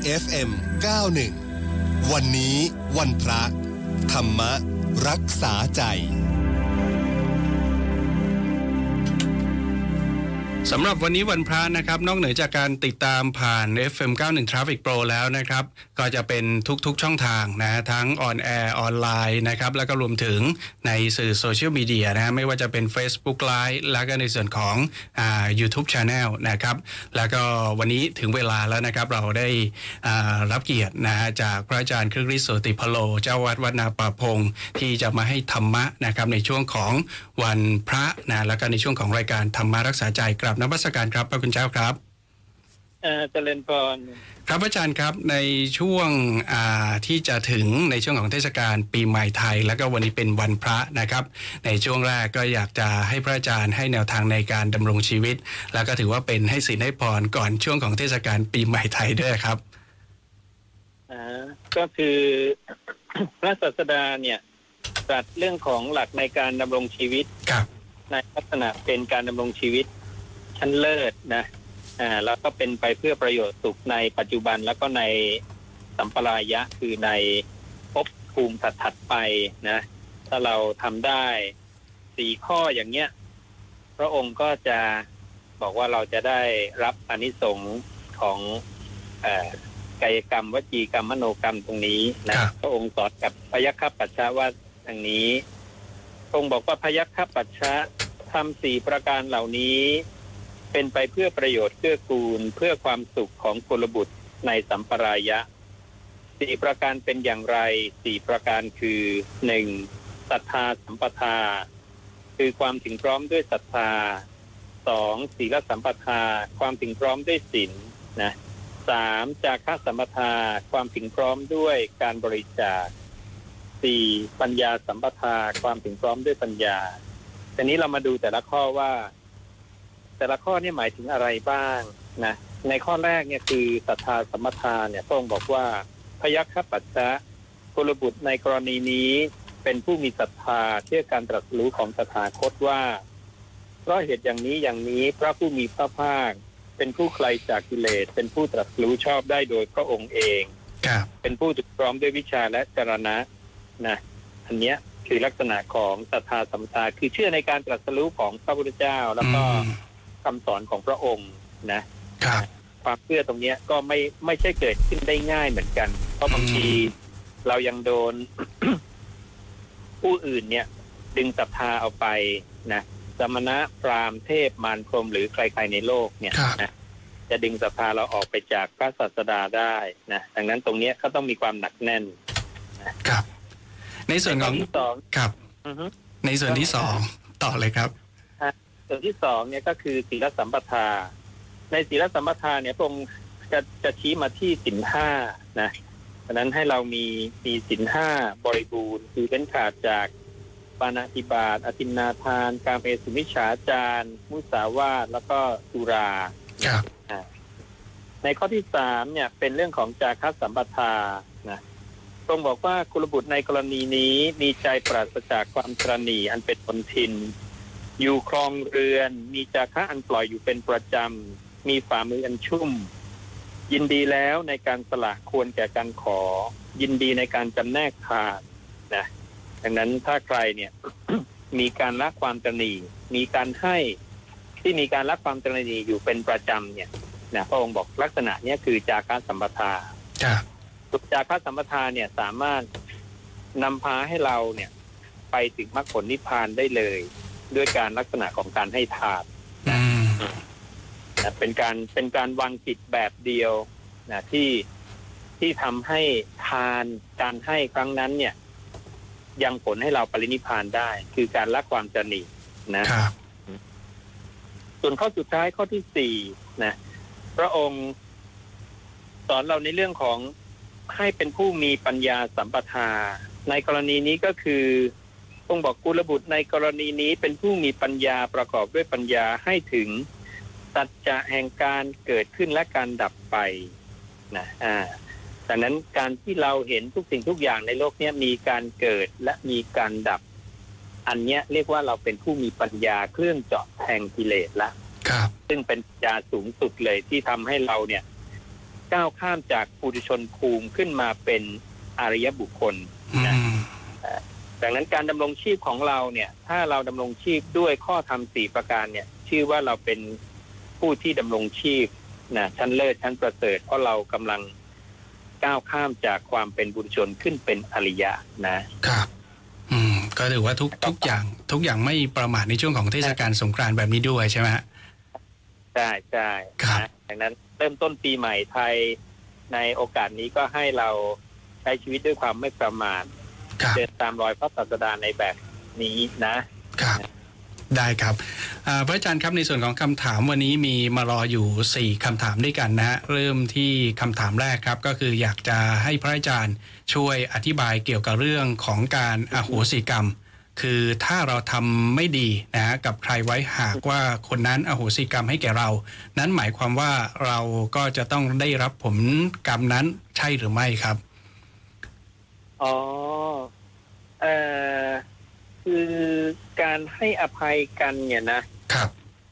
FM 91วันนี้วันพระธรรมรักษาใจสำหรับวันนี้วันพระนะครับนอกเหนือจากการติดตามผ่าน FM 91 Traffic Pro แล้วนะครับก็จะเป็นทุกๆช่องทางนะทั้งออนแอร์ออนไลน์นะครับแล้วก็รวมถึงในสื่อโซเชียลมีเดียนะไม่ว่าจะเป็น Facebook Live แล้วก็ในส่วนของYouTube Channel นะครับแล้วก็วันนี้ถึงเวลาแล้วนะครับเราได้รับเกียรตินะจากพระอาจารย์คฤห์โสติพโลเจ้าวัดนาป่าพงที่จะมาให้ธรรมะนะครับในช่วงของวันพระนะแล้วก็ในช่วงของรายการธรรมะรักษาใจกราบนมัสการครับพระคุณเจ้าครับเจริญพรครับอาจารย์ครับในช่วงที่จะถึงในช่วงของเทศกาลปีใหม่ไทยแล้วก็วันนี้เป็นวันพระนะครับในช่วงแรกก็อยากจะให้พระอาจารย์ให้แนวทางในการดำรงชีวิตแล้วก็ถือว่าเป็นให้ศีลให้พรก่อนช่วงของเทศกาลปีใหม่ไทยด้วยครับก็คือ พระศาสดาเนี่ยตรัสเรื่องของหลักในการดำรงชีวิตในลักษณะเป็นการดำรงชีวิตชั้นเลิศนะแล้วก็เป็นไปเพื่อประโยชน์สุขในปัจจุบันแล้วก็ในสัมปรายะคือในภพภูมิถัดไปนะถ้าเราทำได้4ข้ออย่างเงี้ยพระองค์ก็จะบอกว่าเราจะได้รับอานิสงส์ของกายกรรมวจีกรรมมโนกรรมตรงนี้นะพระองค์สอนกับพยัคฆปัชชะว่าอย่างนี้พระองค์บอกว่าพยัคฆปัชชะทำ4ประการเหล่านี้เป็นไปเพื่อประโยชน์เกื้อกูลเพื่อความสุขของกุลบุตรในสัมปรายะ4ประการเป็นอย่างไร4ประการคือ 1. ศรัทธาสัมปทาคือความถึงพร้อมด้วยศรัทธา 2. ศีลสัมปทาความถึงพร้อมด้วยศีลนะ 3. จาคะสัมปทาความถึงพร้อมด้วยการบริจาค 4. ปัญญาสัมปทาความถึงพร้อมด้วยปัญญาทีนี้เรามาดูแต่ละข้อว่าแต่ละข้อนี่หมายถึงอะไรบ้างนะในข้อแรกเนี่ยคือศรัทธาสัมปทาเนี่ยพระองค์บอกว่าพยัคฆปัชชะกุลบุตรในกรณีนี้เป็นผู้มีศรัทธาเชื่อการตรัสรู้ของตถาคตว่าเพราะเหตุอย่างนี้อย่างนี้พระผู้มีพระภาคเป็นผู้ไกลจากกิเลสเป็นผู้ตรัสรู้ชอบได้โดยพระองค์เองเป็นผู้ถึงพร้อมด้วยวิชาและจรณะนะอันเนี้ยคือลักษณะของศรัทธาสัมปทาคือเชื่อในการตรัสรู้ของพระพุทธเจ้าแล้วก็คำสอนของพระองค์นะความเชื่อตรงนี้ก็ไม่ใช่เกิดขึ้นได้ง่ายเหมือนกันเพราะบางทีเรายังโดน ผู้อื่นเนี่ยดึงศรัทธาเอาไปนะสมณะพราหมณ์เทพมารพรหมหรือใครๆในโลกเนี่ยนะจะดึงศรัทธาเราออกไปจากพระศาสดาได้นะดังนั้นตรงนี้ก็ต้องมีความหนักแน่นครับในส่วนของครับในส่วนที่สองต่อเลยครับส่วนที่สองเนี่ยก็คือศีลสัมปทาในศีลสัมปทาเนี่ยพระองค์จะชี้มาที่ศีลห้านะเพราะนั้นให้เรามีศีลห้าบริบูรณ์คือเป็นขาดจากปาณาติบาตอทินนาทานกามเมสุมิจฉาจารมุสาวาทแล้วก็สุราในข้อที่สามเนี่ยเป็นเรื่องของจาคะสัมปทานะพระองค์บอกว่ากุลบุตรในกรณีนี้มีใจปราศจากความตระหนี่อันเป็นมลทินอยู่ครองเรือนมีจาคะอันปล่อยอยู่เป็นประจำมีฝ่ามืออันชุ่มยินดีแล้วในการสละควรแก่การขอยินดีในการจำแนกทานนะดังนั้นถ้าใครเนี่ย มีการละความตระหนี่มีการให้ที่มีการละความตระหนี่อยู่เป็นประจำเนี่ยนะพระองค์บอกลักษณะนี้คือจาคะสัมปทาจาคะสัมปทาเนี่ยสามารถนำพาให้เราเนี่ยไปถึงมรรคผลนิพพานได้เลยด้วยการลักษณะของการให้ทานนะเป็นการวางจิตแบบเดียวนะที่ทำให้ทานการให้ครั้งนั้นเนี่ยยังผลให้เราปรินิพพานได้คือการละความตระหนี่นะส่วนข้อสุดท้ายข้อที่สี่นะพระองค์สอนเราในเรื่องของให้เป็นผู้มีปัญญาสัมปทาในกรณีนี้ก็คือองค์บอกกุลบุตรในกรณีนี้เป็นผู้มีปัญญาประกอบด้วยปัญญาให้ถึงสัจจะแห่งการเกิดขึ้นและการดับไปนะดังนั้นการที่เราเห็นทุกสิ่งทุกอย่างในโลกนี้มีการเกิดและมีการดับอันเนี้ยเรียกว่าเราเป็นผู้มีปัญญาเครื่องเจาะแทงกิเลสละซึ่งเป็นปัญญาสูงสุดเลยที่ทำให้เราเนี่ยก้าวข้ามจากปุถุชนภูมิขึ้นมาเป็นอริยบุคคลนะดังนั้นการดำรงชีพของเราเนี่ยถ้าเราดำรงชีพด้วยข้อธรรม4ประการเนี่ยชื่อว่าเราเป็นผู้ที่ดำรงชีพนะชั้นเลิศชั้นประเสริฐเพราะเรากำลังก้าวข้ามจากความเป็นบุรุชนขึ้นเป็นอริยะนะครับก็ถือว่าทุกอย่างไม่ประมาทในช่วงของเทศกาลสงกรานต์แบบนี้ด้วยใช่ไหมฮะใช่นะดังนั้นเริ่มต้นปีใหม่ไทยในโอกาสนี้ก็ให้เราใช้ชีวิตด้วยความไม่ประมาทเดินตามรอยพระศาสดาในแบบนี้นะครับได้ครับพระอาจารย์ครับในส่วนของคำถามวันนี้มีมารออยู่4คำถามด้วยกันนะเริ่มที่คำถามแรกครับก็คืออยากจะให้พระอาจารย์ช่วยอธิบายเกี่ยวกับเรื่องของการอโหสิกรรมคือถ้าเราทำไม่ดีนะกับใครไว้หากว่าคนนั้นอโหสิกรรมให้แก่เรานั้นหมายความว่าเราก็จะต้องได้รับผลกรรมนั้นใช่หรือไม่ครับคือการให้อภัยกันเนี่ยนะครับ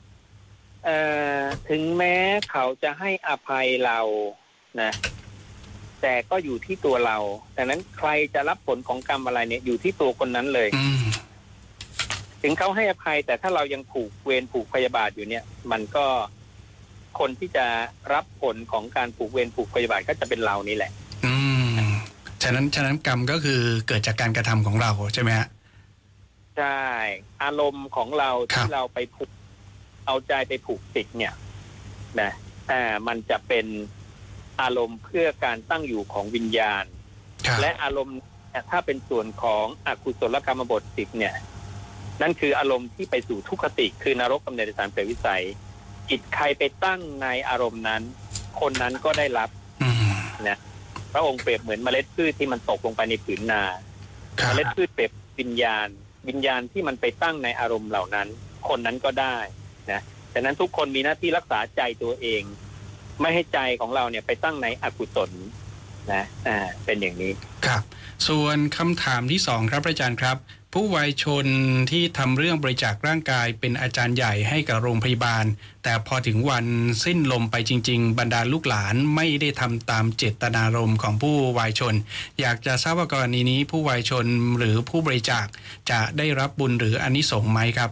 ถึงแม้เขาจะให้อภัยเรานะแต่ก็อยู่ที่ตัวเราดังนั้นใครจะรับผลของกรรมอะไรเนี่ยอยู่ที่ตัวคนนั้นเลยถึงเขาให้อภัยแต่ถ้าเรายังผูกเวรผูกพยาบาทอยู่เนี่ยมันก็คนที่จะรับผลของการผูกเวรผูกพยาบาทก็จะเป็นเรานี่แหละฉะนั้นกรรมก็คือเกิดจากการกระทำของเราใช่ไหมฮะใช่อารมณ์ของเราที่เราไปผูกเอาใจไปผูกติดเนี่ยนะมันจะเป็นอารมณ์เพื่อการตั้งอยู่ของวิญญาณและอารมณ์ถ้าเป็นส่วนของอกุศลกรรมบท10เนี่ยนั่นคืออารมณ์ที่ไปสู่ทุกขติคือนรกกำเนิดสารเปรตวิสัยจิตใครไปตั้งในอารมณ์นั้นคนนั้นก็ได้รับนะพระองค์เปรียบเหมือนเมล็ดพืชที่มันตกลงไปในผืนนาเมล็ดพืชเปรียบวิญญาณที่มันไปตั้งในอารมณ์เหล่านั้นคนนั้นก็ได้นะฉะนั้นทุกคนมีหน้าที่รักษาใจตัวเองไม่ให้ใจของเราเนี่ยไปตั้งในอกุศลนะเป็นอย่างนี้ครับส่วนคำถามที่2ครับอาจารย์ครับผู้วัยชนที่ทำเรื่องบริจาคร่างกายเป็นอาจารย์ใหญ่ให้กับโรงพยาบาลแต่พอถึงวันสิ้นลมไปจริงๆบรรดาลูกหลานไม่ได้ทำตามเจตนารมณ์ของผู้วัยชนอยากจะทราบว่ากรณีนี้ผู้วัยชนหรือผู้บริจาคจะได้รับบุญหรืออานิสงส์ไหมครับ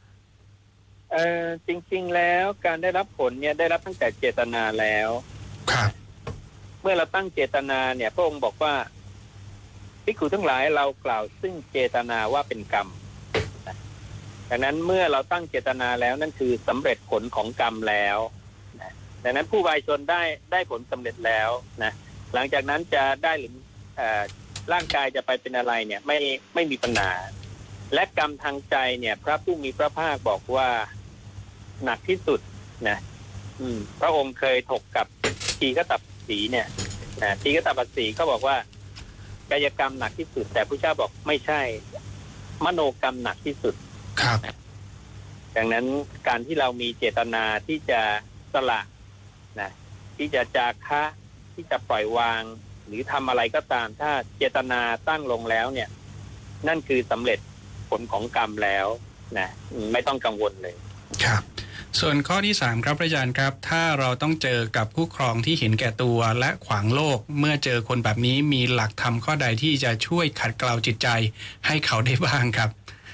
จริงๆแล้วการได้รับผลเนี่ยได้รับตั้งแต่เจตนาแล้วครับเมื่อเราตั้งเจตนาเนี่ยพระองค์บอกว่าภิกษุทั้งหลายเรากล่าวซึ่งเจตนาว่าเป็นกรรมดังนั้นเมื่อเราตั้งเจตนาแล้วนั่นคือสำเร็จผลของกรรมแล้วดังนั้นผู้วายชนได้ผลสำเร็จแล้วนะหลังจากนั้นจะได้หรือร่างกายจะไปเป็นอะไรเนี่ยไม่มีปัญหาและกรรมทางใจเนี่ยพระผู้มีพระภาคบอกว่าหนักที่สุดนะพระองค์เคยถกกับทีฆตัปสีเนี่ยทีฆตัปสีก็บอกว่ากายกรรมหนักที่สุดแต่พระเจ้าบอกไม่ใช่มโนกรรมหนักที่สุดครับดังนั้นการที่เรามีเจตนาที่จะสละนะที่จะจาคะที่จะปล่อยวางหรือทำอะไรก็ตามถ้าเจตนาตั้งลงแล้วเนี่ยนั่นคือสำเร็จผลของกรรมแล้วนะไม่ต้องกังวลเลยครับส่วนข้อที่3ครับอาจารย์ครับถ้าเราต้องเจอกับผู้ครองที่เห็นแก่ตัวและขวางโลกเมื่อเจอคนแบบนี้มีหลักธรรมข้อใดที่จะช่วยขัดเกลาจิตใจให้เขาได้บ้างครับ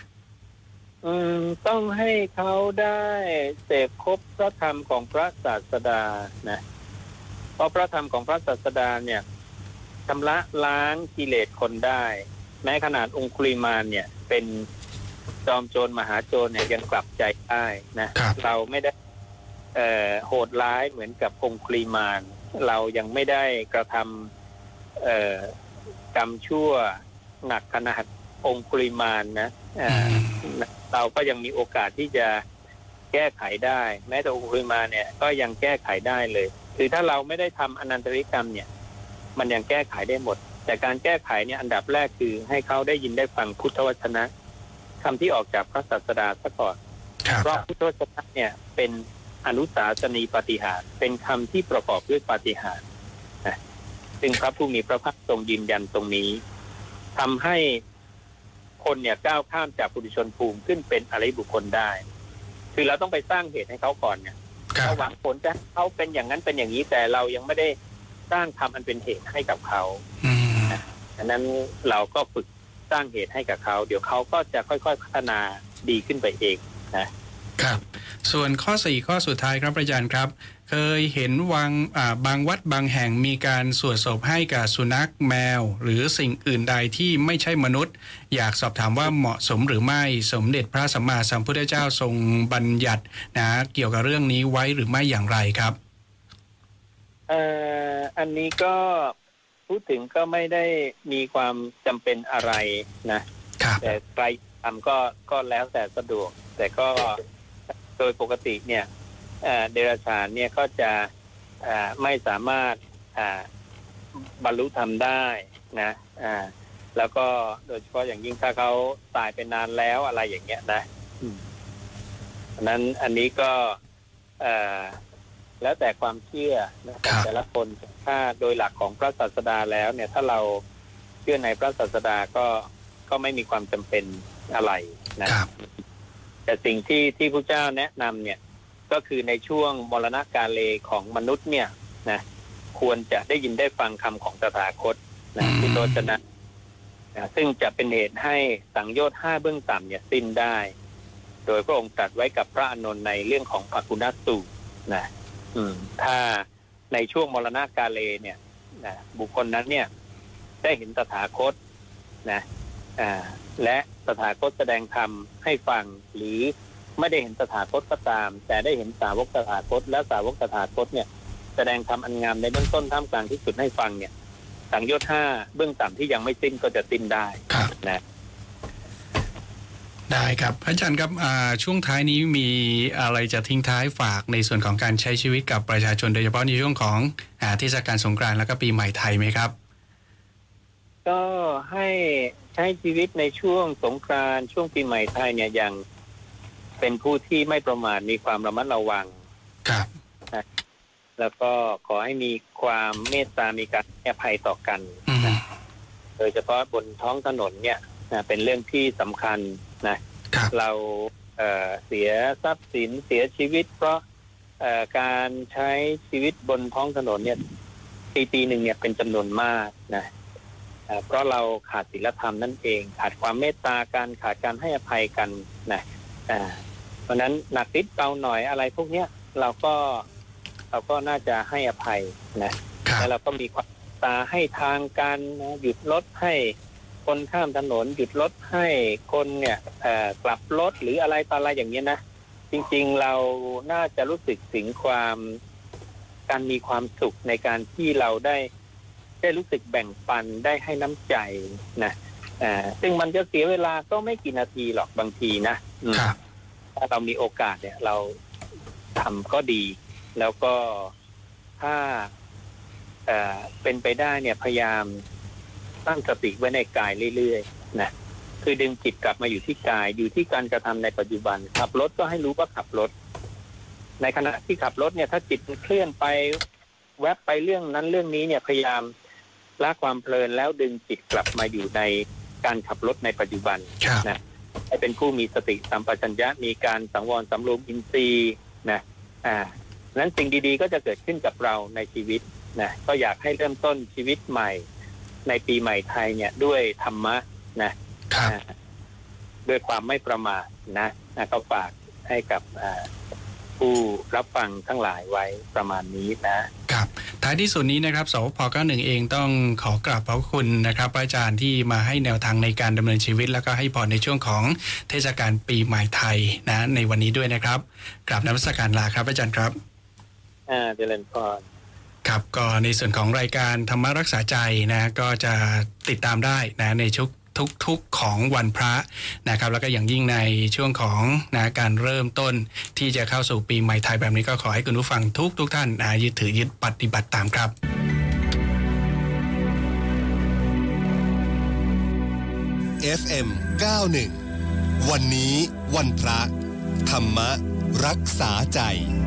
ต้องให้เขาได้เสพครบพระธรรมของพระศาสดานะเพราะพระธรรมของพระศาสดาเนี่ยชำระล้างกิเลสคนได้แม้ขนาดองคุลิมานเนี่ยเป็นจอมโจรมหาโจรเนี่ยยังกลับใจได้นะเราไม่ได้โหดร้ายเหมือนกับองคุลิมานเรายังไม่ได้กระทำกรรมชั่วหนักขนาดองคุลิมานนะเราก็ยังมีโอกาสที่จะแก้ไขได้แม้แต่องคุลิมานเนี่ยก็ยังแก้ไขได้เลยคือถ้าเราไม่ได้ทำอนันตริกรรมเนี่ยมันยังแก้ไขได้หมดแต่การแก้ไขเนี่ยอันดับแรกคือให้เขาได้ยินได้ฟังพุทธวจนะคำที่ออกจากพระศาสดาซะก่อนเพราะพุทธวจนะเนี่ยเป็นอนุสาสนีปาฏิหาริย์เป็นคำที่ประกอบด้วยปาฏิหาริย์นะซึ่งพระผู้มีพระภาคทรงยืนยันตรงนี้ทำให้คนเนี่ยก้าวข้ามจากปุถุชนภูมิขึ้นเป็นอริยบุคคลได้คือเราต้องไปสร้างเหตุให้เขาก่อนเนี่ยเราหวังผลจะเขาเป็นอย่างนั้นเป็นอย่างนี้แต่เรายังไม่ได้สร้างธรรมอันเป็นเหตุให้กับเขาดังนั้นเราก็ฝึกสร้างเหตุให้กับเขาเดี๋ยวเขาก็จะค่อยๆพัฒนาดีขึ้นไปเองนะครับส่วนข้อ4ข้อสุดท้ายครับอาจารย์ครับเคยเห็นบางวัดบางแห่งมีการสวดศพให้กับสุนัขแมวหรือสิ่งอื่นใดที่ไม่ใช่มนุษย์อยากสอบถามว่าเหมาะสมหรือไม่สมเด็จพระสัมมาสัมพุทธเจ้าทรงบัญญัติเกี่ยวกับเรื่องนี้ไว้หรือไม่อย่างไรครับอันนี้ก็พูดถึงก็ไม่ได้มีความจำเป็นอะไรนะแต่ใครทำก็แล้วแต่สะดวกแต่ก็โดยปกติเนี่ยเดรัจฉานเนี่ยก็จะไม่สามารถบรรลุธรรมได้นะแล้วก็โดยเฉพาะอย่างยิ่งถ้าเขาตายไปนานแล้วอะไรอย่างเงี้ยนะเพราะนั้นอันนี้ก็แล้วแต่ความเชื่อของแต่ละคนถ้าโดยหลักของพระศาสดาแล้วเนี่ยถ้าเราเชื่อในพระศาสดาก็ไม่มีความจำเป็นอะไรนะแต่สิ่งที่พระเจ้าแนะนำเนี่ยก็คือในช่วงมรณกาเลของมนุษย์เนี่ยนะควรจะได้ยินได้ฟังคำของตถาคตนะที่โรจนะซึ่งจะเป็นเหตุให้สังโยชน์5เบื้องต่ำเนี่ยสิ้นได้โดยพระองค์ตรัสไว้กับพระอานนท์ในเรื่องของภกุณสูตรนะถ้าในช่วงมรณกาเลเนี่ยนะบุคคลนั้นเนี่ยได้เห็นตถาคตนะและตถาคตแสดงธรรมให้ฟังหรือไม่ได้เห็นตถาคตก็ตามแต่ได้เห็นสาวกตถาคตและสาวกตถาคตเนี่ยแสดงธรรมอันงามในเบื้องต้นท่ามกลางที่สุดให้ฟังเนี่ยสังโยชน์5เบื้องต่ำที่ยังไม่สิ้นก็จะสิ้นได้นะได้ครับอาจารย์ครับช่วงท้ายนี้มีอะไรจะทิ้งท้ายฝากในส่วนของการใช้ชีวิตกับประชาชนโดยเฉพาะในช่วงของเทศกาลสงกรานต์แล้วก็ปีใหม่ไทยไหมครับก็ให้ใช้ชีวิตในช่วงสงกรานต์ช่วงปีใหม่ไทยเนี่ยอย่างเป็นผู้ที่ไม่ประมาทมีความระมัดระวังครับแล้วก็ขอให้มีความเมตตามีการให้อภัยต่อกันนะโดยเฉพาะบนท้องถนนเนี่ยเป็นเรื่องที่สำคัญนะเราเสียทรัพย์สินเสียชีวิตเพราะการใช้ชีวิตบนท้องถนนเนี่ยปีหนึ่งเนี่ยเป็นจำนวนมากนะเพราะเราขาดศีลธรรมนั่นเองขาดความเมตตากันขาดการให้อภัยกันนะเพราะนั้นหนักนิดเบาหน่อยอะไรพวกเนี้ยเราก็น่าจะให้อภัยนะแล้วเราก็มีความตาให้ทางการหยุดรถให้คนข้ามถนนหยุดรถให้คนเนี่ยกลับรถหรืออะไรต่ออะไรอย่างเงี้ยนะจริงๆเราน่าจะรู้สึกถึงการมีความสุขในการที่เราได้รู้สึกแบ่งปันได้ให้น้ำใจนะซึ่งมันจะเสียเวลาก็ไม่กี่นาทีหรอกบางทีนะถ้าเรามีโอกาสเนี่ยเราทำก็ดีแล้วก็ถ้าเป็นไปได้เนี่ยพยายามตั้งสติไว้ในกายเรื่อยๆนะคือดึงจิตกลับมาอยู่ที่กายอยู่ที่การกระทำในปัจจุบันขับรถก็ให้รู้ว่าขับรถในขณะที่ขับรถเนี่ยถ้าจิตเคลื่อนไปแวบไปเรื่องนั้นเรื่องนี้เนี่ยพยายามละความเพลินแล้วดึงจิตกลับมาอยู่ในการขับรถในปัจจุบันนะให้เป็นผู้มีสติสัมปชัญญะมีการสังวรสำรวมอินทรีย์นะนั้นสิ่งดีๆก็จะเกิดขึ้นกับเราในชีวิตนะก็อยากให้เริ่มต้นชีวิตใหม่ในปีใหม่ไทยเนี่ยด้วยธรรมะนะด้วยความไม่ประมาทนะก็ฝากให้กับผู้รับฟังทั้งหลายไว้ประมาณนี้นะครับท้ายที่สุดนี้นะครับสวพ91เองต้องขอกราบขอบคุณนะครับอาจารย์ที่มาให้แนวทางในการดำเนินชีวิตแล้วก็ให้พรในช่วงของเทศกาลปีใหม่ไทยนะในวันนี้ด้วยนะครับกราบนมัสการลาครับอาจารย์ครับเจริญพรครับก็ในส่วนของรายการธรรมรักษาใจนะก็จะติดตามได้นะในทุกของวันพระนะครับแล้วก็อย่างยิ่งในช่วงของการเริ่มต้นที่จะเข้าสู่ปีใหม่ไทยแบบนี้ก็ขอให้คุณผู้ฟังทุกท่านยึดถือยึดปฏิบัติตามครับ FM 91วันนี้วันพระธรรมรักษาใจ